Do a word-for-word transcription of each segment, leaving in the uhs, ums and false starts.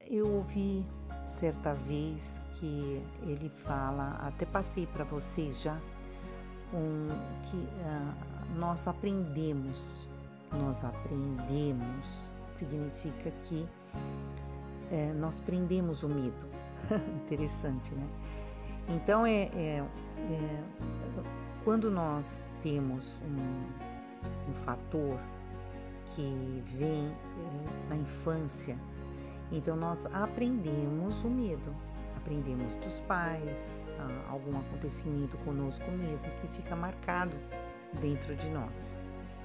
Eu ouvi certa vez que ele fala, até passei para vocês já, um, que ah, nós aprendemos, nós aprendemos, significa que eh, nós prendemos o medo. Interessante, né? Então, é, é, é quando nós temos um, um fator que vem é, da infância, então nós aprendemos o medo, aprendemos dos pais, algum acontecimento conosco mesmo que fica marcado dentro de nós.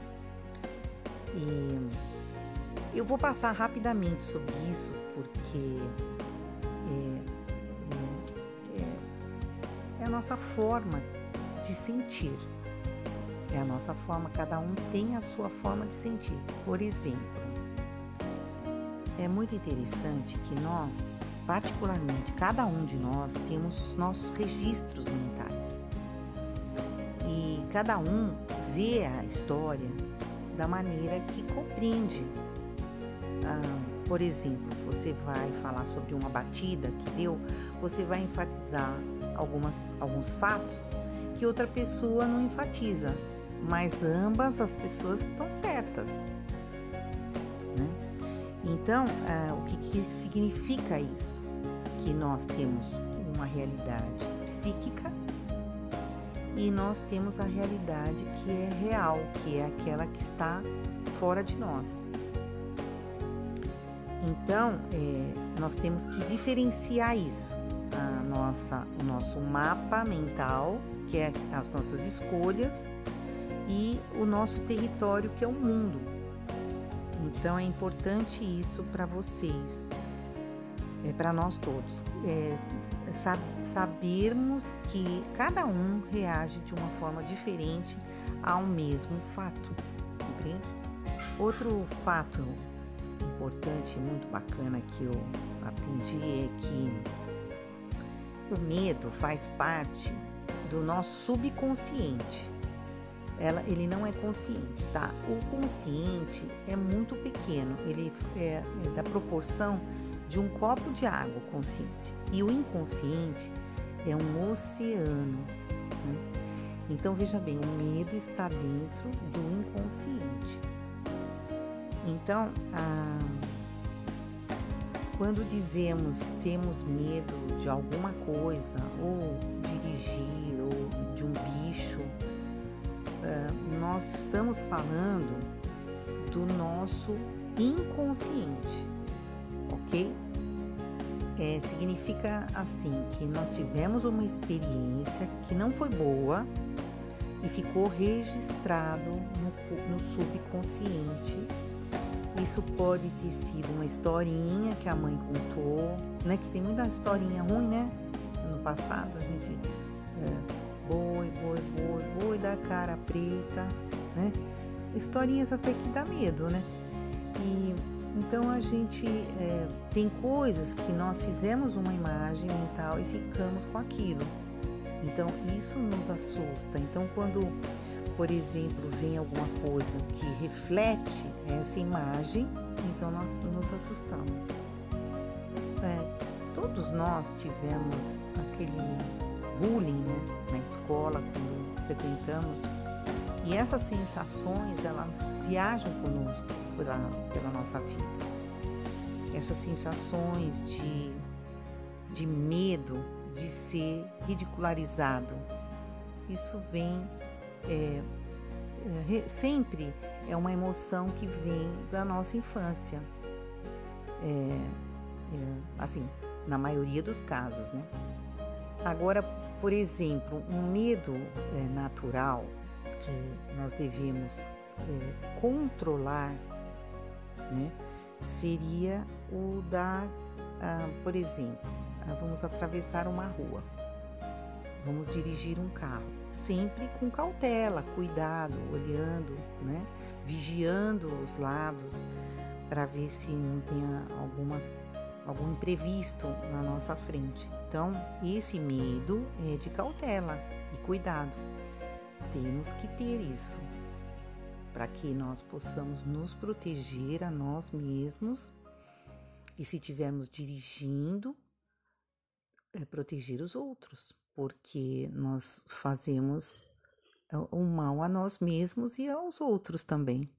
E eu vou passar rapidamente sobre isso porque é, é, é, é a nossa forma de sentir, é a nossa forma, cada um tem a sua forma de sentir. Por exemplo, é muito interessante que nós, particularmente, cada um de nós temos os nossos registros mentais. E cada um vê a história da maneira que compreende. Ah, por exemplo, você vai falar sobre uma batida que deu, você vai enfatizar algumas, alguns fatos que outra pessoa não enfatiza, mas ambas as pessoas estão certas. Então, ah, o que, que significa isso? Que nós temos uma realidade psíquica e nós temos a realidade que é real, que é aquela que está fora de nós. Então, é, nós temos que diferenciar isso, a nossa, o nosso mapa mental, que é as nossas escolhas, e o nosso território, que é o mundo. Então é importante isso para vocês, é, para nós todos, é, sab- sabermos que cada um reage de uma forma diferente ao mesmo fato, compreende? Outro fato importante, muito bacana que eu aprendi é que o medo faz parte do nosso subconsciente. Ela, ele não é consciente, tá? O consciente é muito pequeno, ele é, é da proporção de um copo de água consciente. E o inconsciente é um oceano, né? Então, veja bem, o medo está dentro do inconsciente. Então, ah, quando dizemos temos medo de alguma coisa, ou dirigir, ou de um bicho, Uh, nós estamos falando do nosso inconsciente, ok? É, significa assim que nós tivemos uma experiência que não foi boa e ficou registrado no, no subconsciente. Isso pode ter sido uma historinha que a mãe contou, né? Que tem muita historinha ruim, né? No passado a gente... Uh, Boi, boi, boi, boi da cara preta, né? Historinhas até que dá medo, né? E então a gente é, tem coisas que nós fizemos uma imagem mental e ficamos com aquilo. Então isso nos assusta. Então quando, por exemplo, vem alguma coisa que reflete essa imagem, então nós nos assustamos. É, todos nós tivemos aquele bullying, né, na escola, quando frequentamos, e essas sensações, elas viajam conosco pela, pela nossa vida. Essas sensações de, de medo de ser ridicularizado, isso vem, é, é, sempre é uma emoção que vem da nossa infância, é, é, assim, na maioria dos casos, né? Agora, por exemplo, um medo é, natural que nós devemos é, controlar, né, seria o da, ah, por exemplo, ah, vamos atravessar uma rua, vamos dirigir um carro, sempre com cautela, cuidado, olhando, né, vigiando os lados para ver se não tenha alguma, algum imprevisto na nossa frente. Então, esse medo é de cautela e cuidado. Temos que ter isso para que nós possamos nos proteger a nós mesmos E se estivermos dirigindo, é proteger os outros, porque nós fazemos o mal a nós mesmos e aos outros também.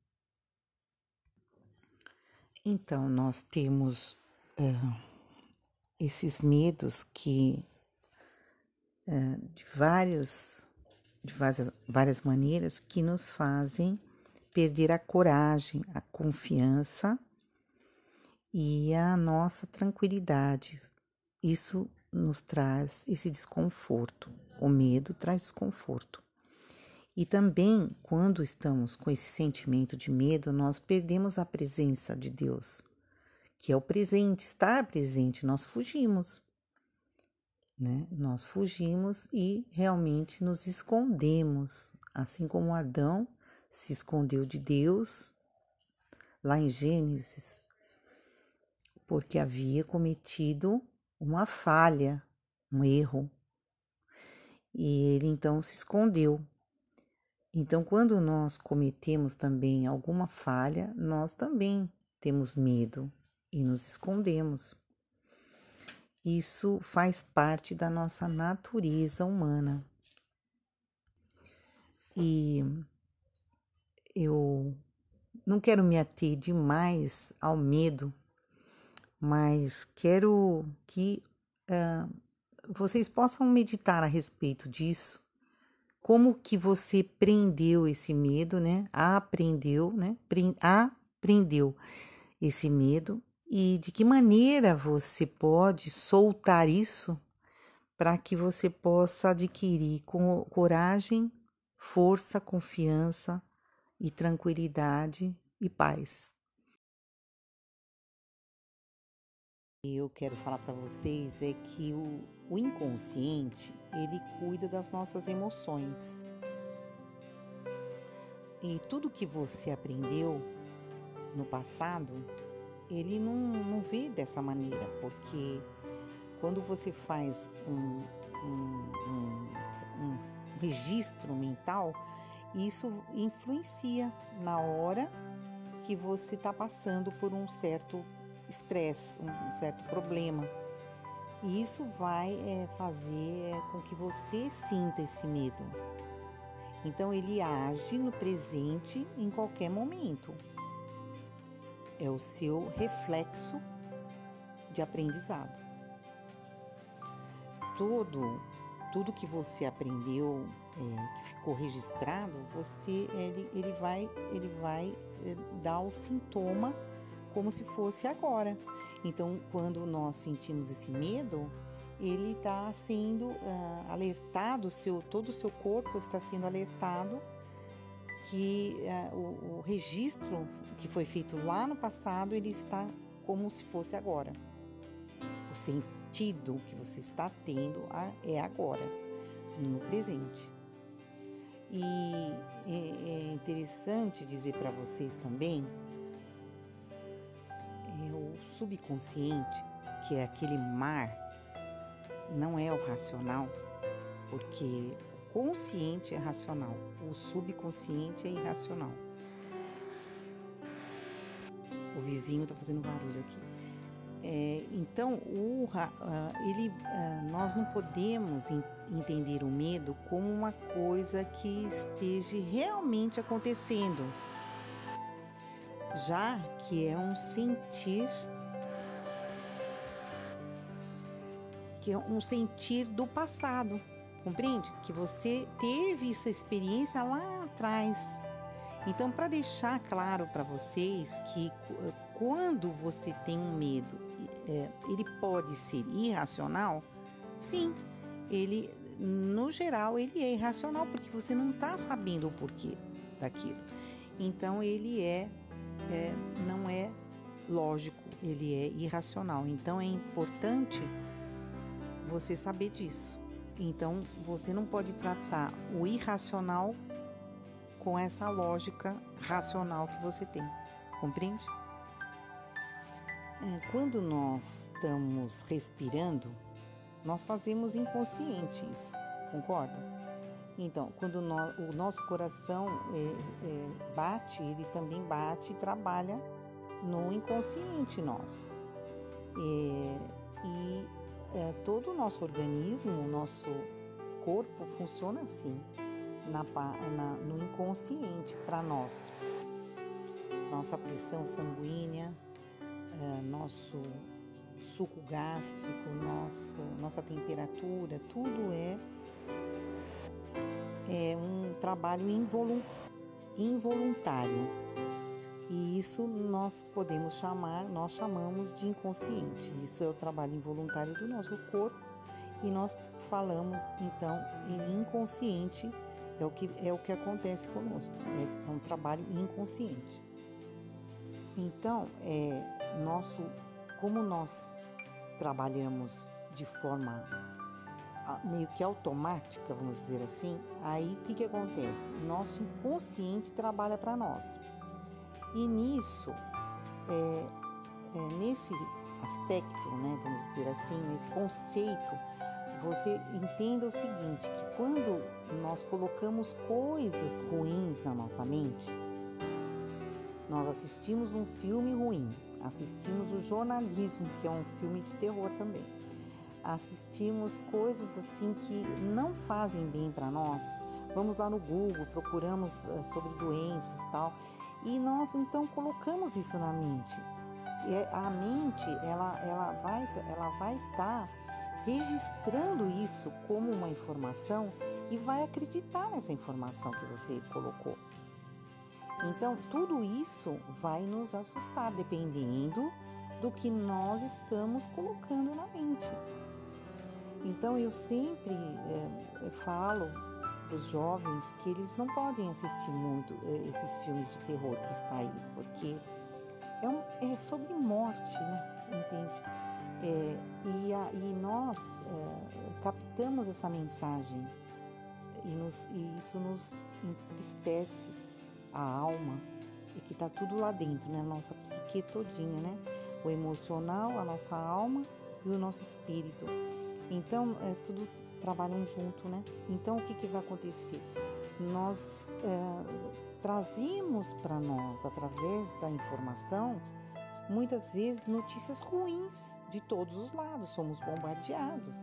Então, nós temos uh, esses medos que, uh, de, vários, de várias, várias maneiras, que nos fazem perder a coragem, a confiança e a nossa tranquilidade. Isso nos traz esse desconforto. O medo traz desconforto. E também, quando estamos com esse sentimento de medo, nós perdemos a presença de Deus, que é o presente, estar presente. Nós fugimos, né? Nós fugimos e realmente nos escondemos, assim como Adão se escondeu de Deus, lá em Gênesis, porque havia cometido uma falha, um erro, e ele então se escondeu. Então, quando nós cometemos também alguma falha, nós também temos medo e nos escondemos. Isso faz parte da nossa natureza humana. E eu não quero me ater demais ao medo, mas quero que uh, vocês possam meditar a respeito disso. Como que você prendeu esse medo, né? Aprendeu, né? Aprendeu esse medo e de que maneira você pode soltar isso para que você possa adquirir com coragem, força, confiança e tranquilidade e paz. Eu quero falar para vocês é que o, o inconsciente, ele cuida das nossas emoções. E tudo que você aprendeu no passado, ele não, não vê dessa maneira, porque quando você faz um, um, um, um registro mental, isso influencia na hora que você está passando por um certo estresse, um certo problema. E isso vai é, fazer é, com que você sinta esse medo. Então, ele age no presente em qualquer momento. É o seu reflexo de aprendizado. Tudo, tudo que você aprendeu, é, que ficou registrado, você, ele, ele vai, ele vai é, dar o sintoma como se fosse agora. Então, quando nós sentimos esse medo, ele está sendo uh, alertado, seu, todo o seu corpo está sendo alertado que uh, o, o registro que foi feito lá no passado, ele está como se fosse agora. O sentido que você está tendo é agora, no presente. E é, é interessante dizer para vocês também, é o subconsciente, que é aquele mar, não é o racional, porque o consciente é racional, o subconsciente é irracional. O vizinho está fazendo barulho aqui. É, então, o, uh, ele, uh, nós não podemos in, entender o medo como uma coisa que esteja realmente acontecendo, já que é um sentir, que é um sentir do passado, compreende? Que você teve essa experiência lá atrás. Então, para deixar claro para vocês que quando você tem um medo, é, ele pode ser irracional, sim, ele, no geral, ele é irracional, porque você não está sabendo o porquê daquilo. Então, ele é É, não é lógico, ele é irracional. Então, é importante você saber disso. Então, você não pode tratar o irracional com essa lógica racional que você tem, compreende? É, quando nós estamos respirando, nós fazemos inconsciente isso, concorda? Então, quando no, o nosso coração é, é, bate, ele também bate e trabalha no inconsciente nosso. É, e é, todo o nosso organismo, o nosso corpo funciona assim, na, na, no inconsciente para nós. Nossa pressão sanguínea, é, nosso suco gástrico, nosso, nossa temperatura, tudo é, é um trabalho involuntário. E isso nós podemos chamar, nós chamamos de inconsciente. Isso é o trabalho involuntário do nosso corpo e nós falamos, então, em inconsciente, é o que, é o que acontece conosco, é, é um trabalho inconsciente. Então, é, nosso, como nós trabalhamos de forma meio que automática, vamos dizer assim, aí o que, que acontece? Nosso inconsciente trabalha para nós. E nisso, é, é, nesse aspecto, né, vamos dizer assim, nesse conceito, você entenda o seguinte, que quando nós colocamos coisas ruins na nossa mente, nós assistimos um filme ruim, assistimos o Jornalismo, que é um filme de terror também, assistimos coisas assim que não fazem bem para nós, vamos lá no Google, procuramos uh, sobre doenças e tal, e nós então colocamos isso na mente. E a mente ela, ela vai ela vai estar tá registrando isso como uma informação e vai acreditar nessa informação que você colocou. Então tudo isso vai nos assustar dependendo do que nós estamos colocando na mente. Então eu sempre é, falo para os jovens que eles não podem assistir muito esses filmes de terror que está aí, porque é, um, é sobre morte, né? Entende? É, e, a, e nós é, captamos essa mensagem e, nos, e isso nos entristece a alma, e que está tudo lá dentro, né? A nossa psique todinha, né? O emocional, a nossa alma e o nosso espírito. Então, é tudo trabalham junto, né? Então, o que, que vai acontecer? Nós é, trazemos para nós, através da informação, muitas vezes notícias ruins de todos os lados, somos bombardeados.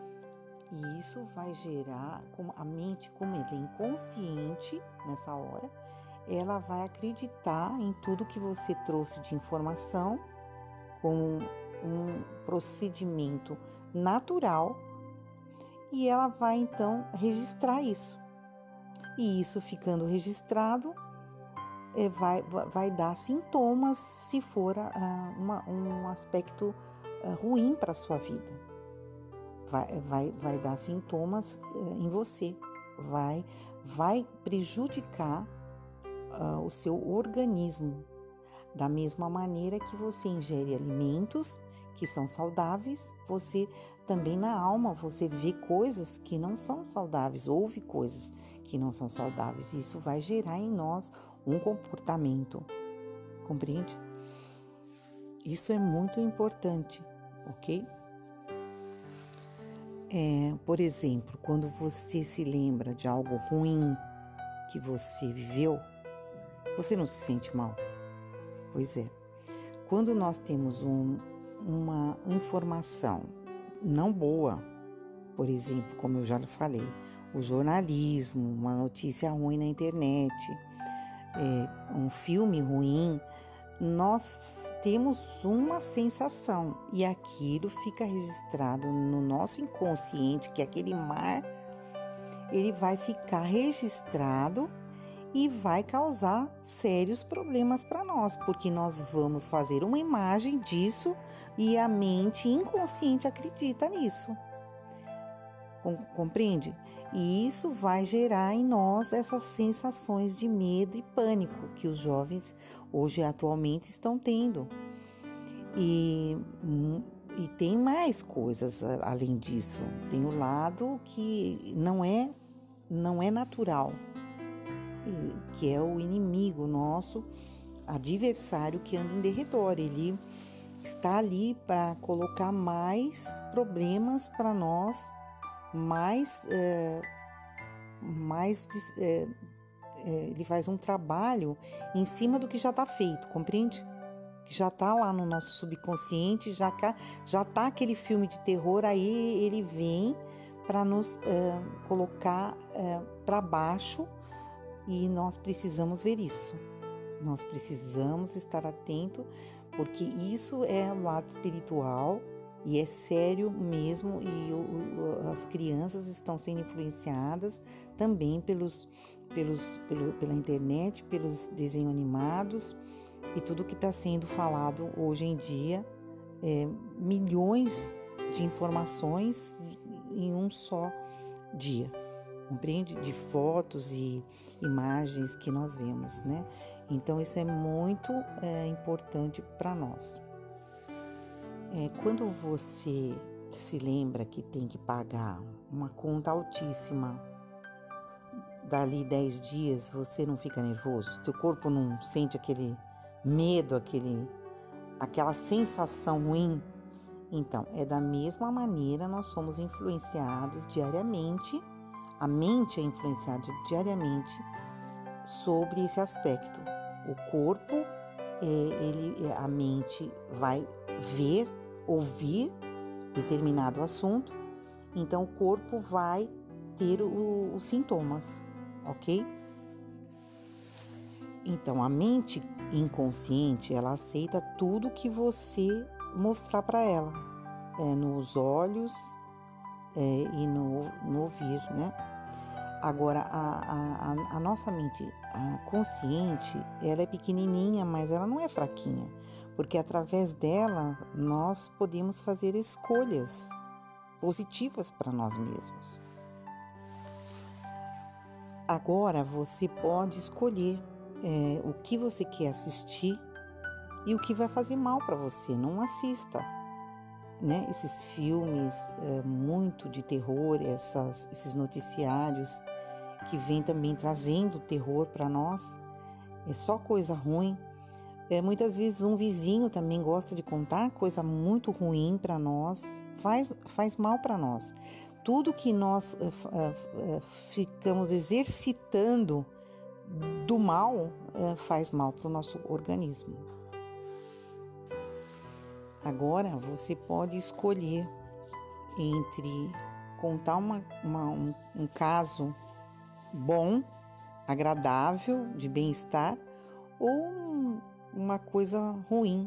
E isso vai gerar, como a mente, como ela é inconsciente nessa hora, ela vai acreditar em tudo que você trouxe de informação com um procedimento natural, e ela vai então registrar isso. E isso ficando registrado é, vai, vai dar sintomas se for uh, uma, um aspecto uh, ruim para a sua vida. Vai, vai, vai dar sintomas uh, em você, vai, vai prejudicar uh, o seu organismo. Da mesma maneira que você ingere alimentos que são saudáveis, você também na alma você vê coisas que não são saudáveis, ouve coisas que não são saudáveis. Isso vai gerar em nós um comportamento, compreende? Isso é muito importante, ok? É, por exemplo, quando você se lembra de algo ruim que você viveu, você não se sente mal? Pois é, quando nós temos um, uma informação não boa, por exemplo, como eu já falei, o jornalismo, uma notícia ruim na internet, é, um filme ruim, nós temos uma sensação e aquilo fica registrado no nosso inconsciente, que aquele mar, ele vai ficar registrado e vai causar sérios problemas para nós, porque nós vamos fazer uma imagem disso e a mente inconsciente acredita nisso. Compreende? E isso vai gerar em nós essas sensações de medo e pânico que os jovens hoje atualmente estão tendo. E, e tem mais coisas além disso. Tem o lado que não é, não é natural, que é o inimigo nosso, adversário que anda em derredor. Ele está ali para colocar mais problemas para nós, mais, é, mais é, é, ele faz um trabalho em cima do que já está feito, compreende? já está lá no nosso subconsciente, já cá, já está aquele filme de terror, aí ele vem para nos uh, colocar uh, para baixo, e nós precisamos ver isso. Nós precisamos estar atento, porque isso é o lado espiritual e é sério mesmo, e o, o, as crianças estão sendo influenciadas também pelos, pelos, pelo, pela internet, pelos desenhos animados e tudo que está sendo falado hoje em dia, é, milhões de informações em um só dia, compreende? De fotos e imagens que nós vemos, né? Então isso é muito é, importante para nós. É, quando você se lembra que tem que pagar uma conta altíssima, dali dez dias, você não fica nervoso? Seu corpo não sente aquele medo, aquele, aquela sensação ruim? Então, é da mesma maneira nós somos influenciados diariamente, a mente é influenciada diariamente sobre esse aspecto. O corpo, é, ele, a mente vai ver, ouvir determinado assunto, então o corpo vai ter o, os sintomas, ok? Então, a mente inconsciente, ela aceita tudo que você mostrar para ela, é, nos olhos é, e no, no ouvir, né? Agora, a, a, a nossa mente a consciente, ela é pequenininha, mas ela não é fraquinha, porque através dela nós podemos fazer escolhas positivas para nós mesmos. Agora você pode escolher é, o que você quer assistir e o que vai fazer mal para você. Não assista, né? Esses filmes é, muito de terror, essas, esses noticiários que vêm também trazendo terror para nós, é só coisa ruim. É, muitas vezes um vizinho também gosta de contar coisa muito ruim para nós, faz, faz mal para nós. Tudo que nós é, é, ficamos exercitando do mal é, faz mal para o nosso organismo. Agora você pode escolher entre contar uma, uma, um, um caso bom, agradável, de bem-estar, ou um, uma coisa ruim.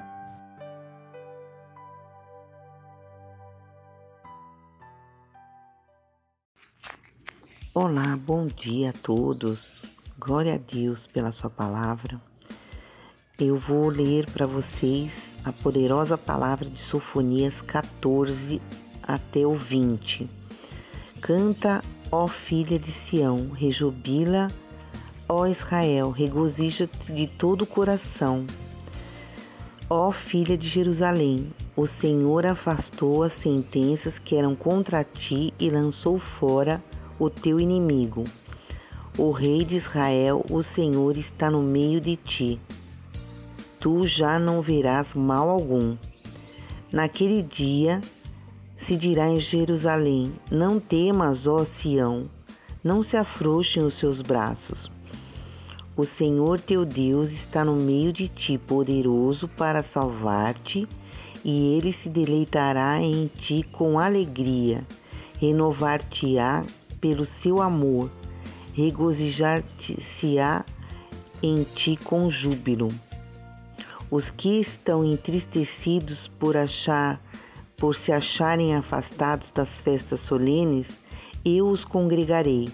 Olá, bom dia a todos. Glória a Deus pela sua palavra. Eu vou ler para vocês a poderosa palavra de Sofonias catorze até o vinte. Canta, ó filha de Sião, rejubila, ó Israel, regozija-te de todo o coração. Ó filha de Jerusalém, o Senhor afastou as sentenças que eram contra ti e lançou fora o teu inimigo. O Rei de Israel, o Senhor está no meio de ti. Tu já não verás mal algum. Naquele dia se dirá em Jerusalém: não temas, ó Sião, não se afrouxem os seus braços. O Senhor teu Deus está no meio de ti, poderoso para salvar-te, e ele se deleitará em ti com alegria, renovar-te-á pelo seu amor, regozijar-te-se-á em ti com júbilo. Os que estão entristecidos por achar, por se acharem afastados das festas solenes, eu os congregarei.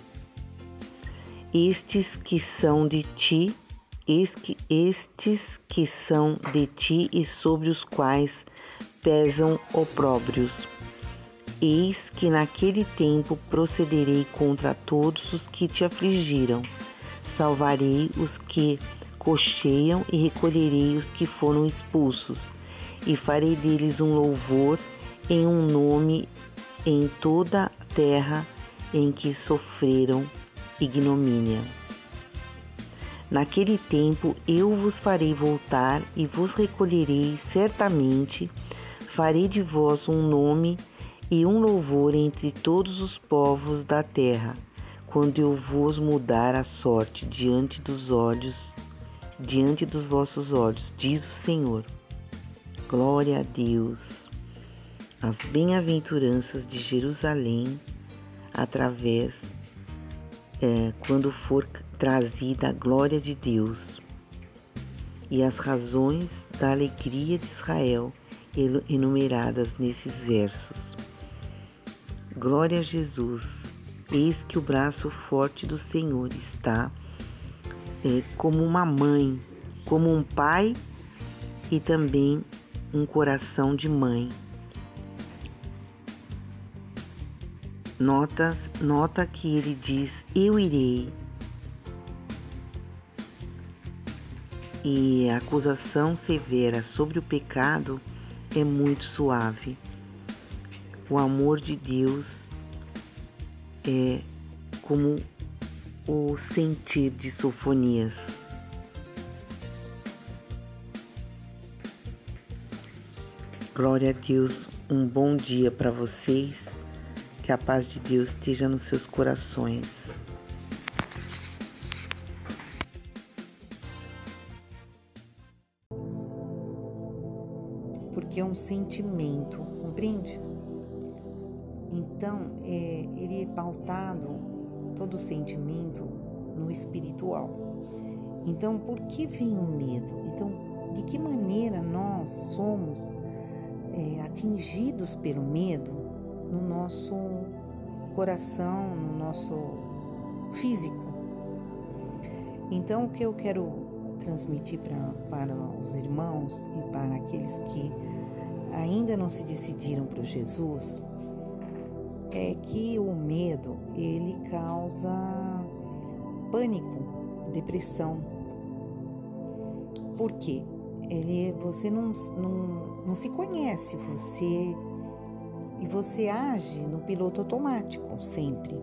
Estes que são de ti, estes que são de ti e sobre os quais pesam opróbrios. Eis que naquele tempo procederei contra todos os que te afligiram. Salvarei os que cocheiam e recolherei os que foram expulsos. E farei deles um louvor em um nome em toda a terra em que sofreram ignomínia. Naquele tempo eu vos farei voltar e vos recolherei certamente. Farei de vós um nome e um louvor entre todos os povos da terra, quando eu vos mudar a sorte diante dos olhos, diante dos vossos olhos, diz o Senhor. Glória a Deus. As bem-aventuranças de Jerusalém, através, é, quando for trazida a glória de Deus, e as razões da alegria de Israel, enumeradas nesses versos. Glória a Jesus. Eis que o braço forte do Senhor está é, como uma mãe, como um pai e também um coração de mãe. Nota, nota que ele diz, eu irei. E a acusação severa sobre o pecado é muito suave. O amor de Deus é como o sentir de Sofonias. Glória a Deus, um bom dia para vocês, que a paz de Deus esteja nos seus corações. Porque é um sentimento, compreende? Então, é, ele é pautado, todo sentimento, no espiritual. Então, por que vem o medo? Então, de que maneira nós somos é, atingidos pelo medo no nosso coração, no nosso físico? Então, o que eu quero transmitir pra, para os irmãos e para aqueles que ainda não se decidiram para Jesus é que o medo, ele causa pânico, depressão. Por quê? Ele, você não, não, não se conhece, você e você age no piloto automático sempre.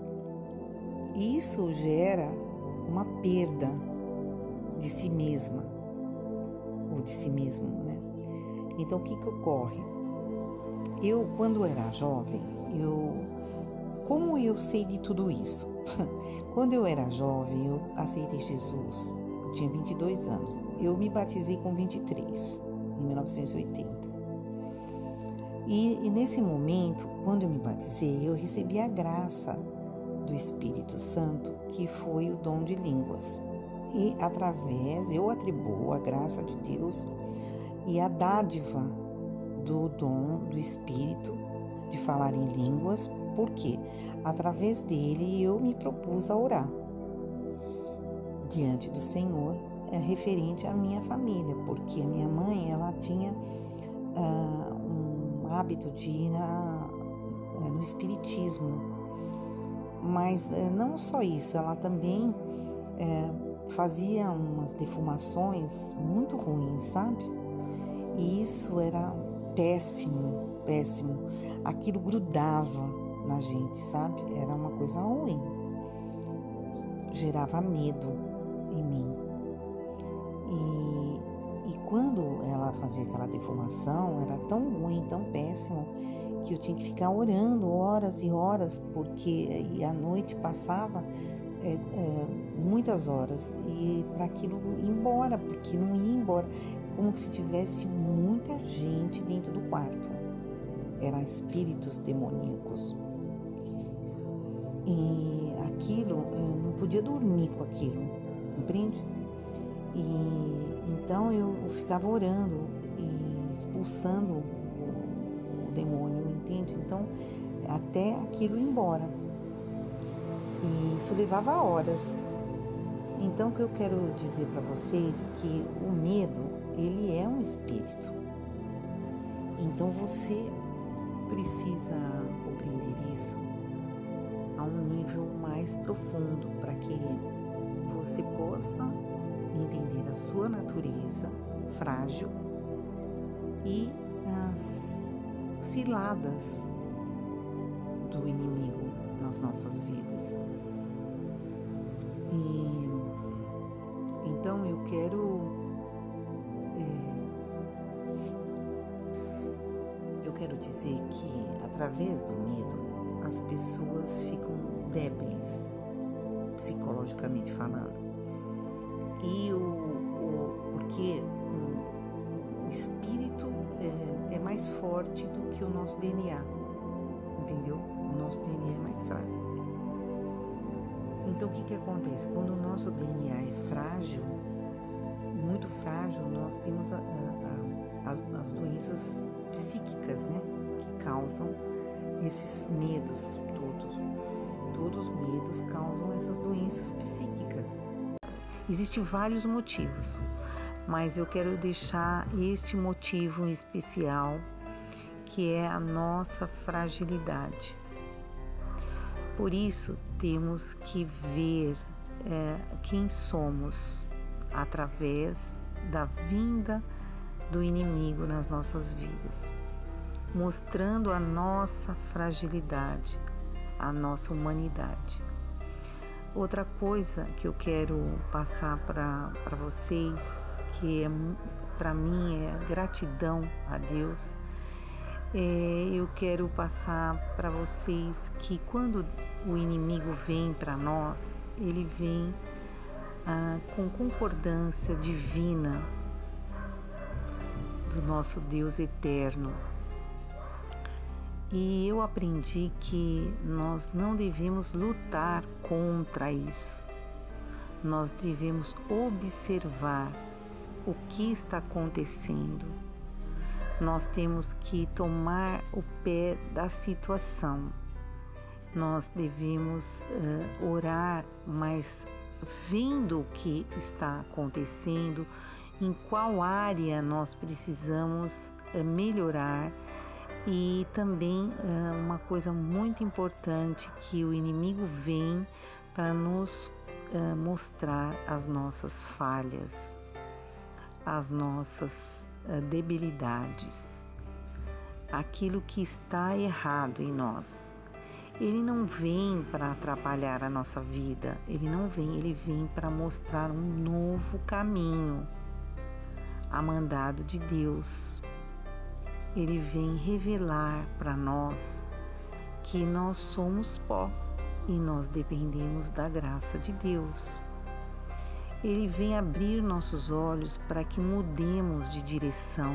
Isso gera uma perda de si mesma, ou de si mesmo, né? Então, o que que ocorre? Eu, quando era jovem, eu, como eu sei de tudo isso? Quando eu era jovem, eu aceitei Jesus, eu tinha vinte e dois anos, eu me batizei com vinte e três, em mil novecentos e oitenta. E, e nesse momento, quando eu me batizei, eu recebi a graça do Espírito Santo, que foi o dom de línguas. E através, eu atribuo a graça de Deus e a dádiva do dom do Espírito de falar em línguas, porque através dele eu me propus a orar diante do Senhor, é, referente à minha família, porque a minha mãe, ela tinha uh, um hábito de ir na, uh, no espiritismo, mas uh, não só isso, ela também uh, fazia umas defumações muito ruins, sabe? E isso era péssimo, péssimo. Aquilo grudava na gente, sabe? Era uma coisa ruim. Gerava medo em mim. E, e quando ela fazia aquela defumação, era tão ruim, tão péssimo, que eu tinha que ficar orando horas e horas, porque e a noite passava é, é, muitas horas, e para aquilo ir embora, porque não ia embora, como se tivesse muita gente dentro do quarto. Eram espíritos demoníacos. E aquilo, eu não podia dormir com aquilo, compreende? E então eu ficava orando e expulsando o, o demônio, entende? Então, até aquilo ir embora. E isso levava horas. Então, o que eu quero dizer para vocês é que o medo, ele é um espírito. Então, você precisa compreender isso a um nível mais profundo, para que você possa entender a sua natureza frágil e as ciladas do inimigo nas nossas vidas. E então eu quero é, eu quero dizer que através do medo as pessoas ficam débeis, psicologicamente falando. E o, o porque o, o espírito é, é mais forte do que o nosso D N A, entendeu? O nosso D N A é mais fraco. Então, o que que acontece? Quando o nosso D N A é frágil, muito frágil, nós temos a, a, a, as, as doenças psíquicas, né? Que causam esses medos todos. Todos os medos causam essas doenças psíquicas. Existem vários motivos, mas eu quero deixar este motivo em especial, que é a nossa fragilidade. Por isso, temos que ver é, quem somos através da vinda do inimigo nas nossas vidas, mostrando a nossa fragilidade, a nossa humanidade. Outra coisa que eu quero passar para para vocês, que é, para mim é gratidão a Deus, é, eu quero passar para vocês que quando o inimigo vem para nós, ele vem ah, com concordância divina do nosso Deus eterno. E eu aprendi que nós não devemos lutar contra isso. Nós devemos observar o que está acontecendo. Nós temos que tomar o pé da situação. Nós devemos uh, orar, mas vendo o que está acontecendo, em qual área nós precisamos uh, melhorar. E também uma coisa muito importante, que o inimigo vem para nos mostrar as nossas falhas, as nossas debilidades, aquilo que está errado em nós. Ele não vem para atrapalhar a nossa vida, ele não vem, ele vem para mostrar um novo caminho, a mandado de Deus. Ele vem revelar para nós que nós somos pó e nós dependemos da graça de Deus. Ele vem abrir nossos olhos para que mudemos de direção.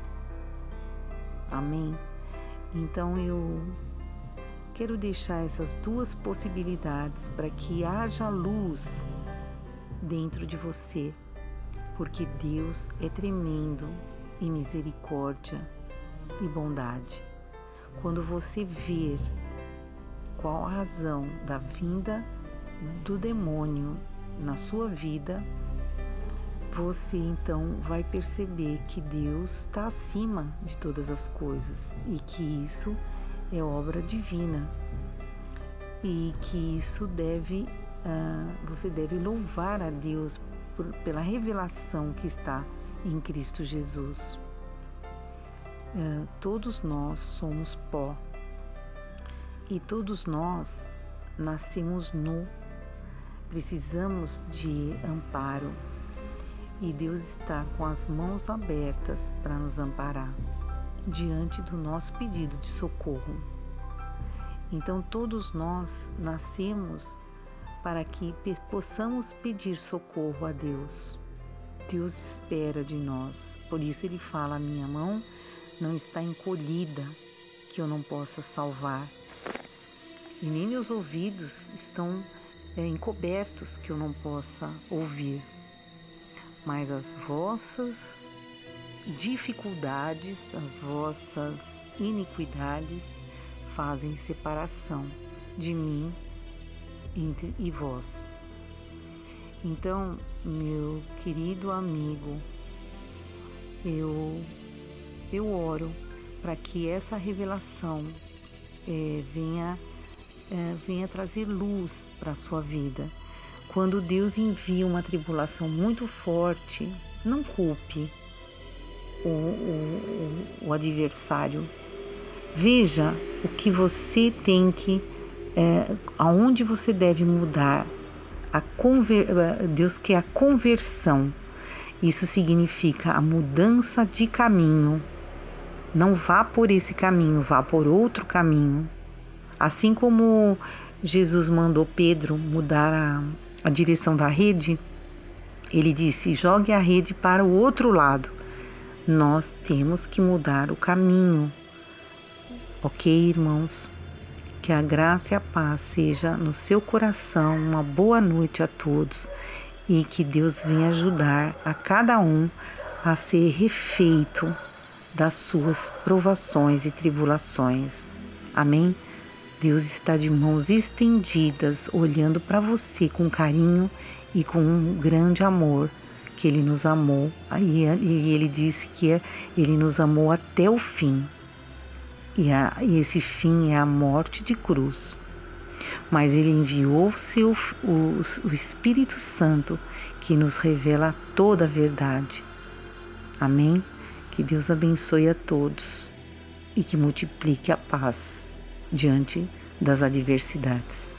Amém? Então eu quero deixar essas duas possibilidades para que haja luz dentro de você, porque Deus é tremendo em misericórdia e bondade. Quando você ver qual a razão da vinda do demônio na sua vida, você então vai perceber que Deus está acima de todas as coisas e que isso é obra divina e que isso deve, uh, você deve louvar a Deus por, pela revelação que está em Cristo Jesus. Uh, todos nós somos pó e todos nós nascemos nu, precisamos de amparo e Deus está com as mãos abertas para nos amparar diante do nosso pedido de socorro. Então todos nós nascemos para que possamos pedir socorro a Deus. Deus espera de nós, por isso Ele fala: a minha mão não está encolhida que eu não possa salvar, e nem meus ouvidos estão é, encobertos que eu não possa ouvir. Mas as vossas dificuldades, as vossas iniquidades fazem separação de mim entre e vós. Então, meu querido amigo, eu Eu oro para que essa revelação é, venha, é, venha trazer luz para a sua vida. Quando Deus envia uma tribulação muito forte, não culpe o, o, o adversário. Veja o que você tem que, é, aonde você deve mudar. A conver, Deus quer a conversão. Isso significa a mudança de caminho. Não vá por esse caminho, vá por outro caminho. Assim como Jesus mandou Pedro mudar a, a direção da rede, ele disse: jogue a rede para o outro lado. nós temos que mudar o caminho. Ok, irmãos? Que a graça e a paz seja no seu coração. Uma boa noite a todos e que Deus venha ajudar a cada um a ser refeito das suas provações e tribulações. Amém? Deus está de mãos estendidas, olhando para você com carinho e com um grande amor, que Ele nos amou. E Ele disse que Ele nos amou até o fim. E, a, e esse fim é a morte de cruz. Mas Ele enviou o, seu, o, o Espírito Santo, que nos revela toda a verdade. Amém? Que Deus abençoe a todos e que multiplique a paz diante das adversidades.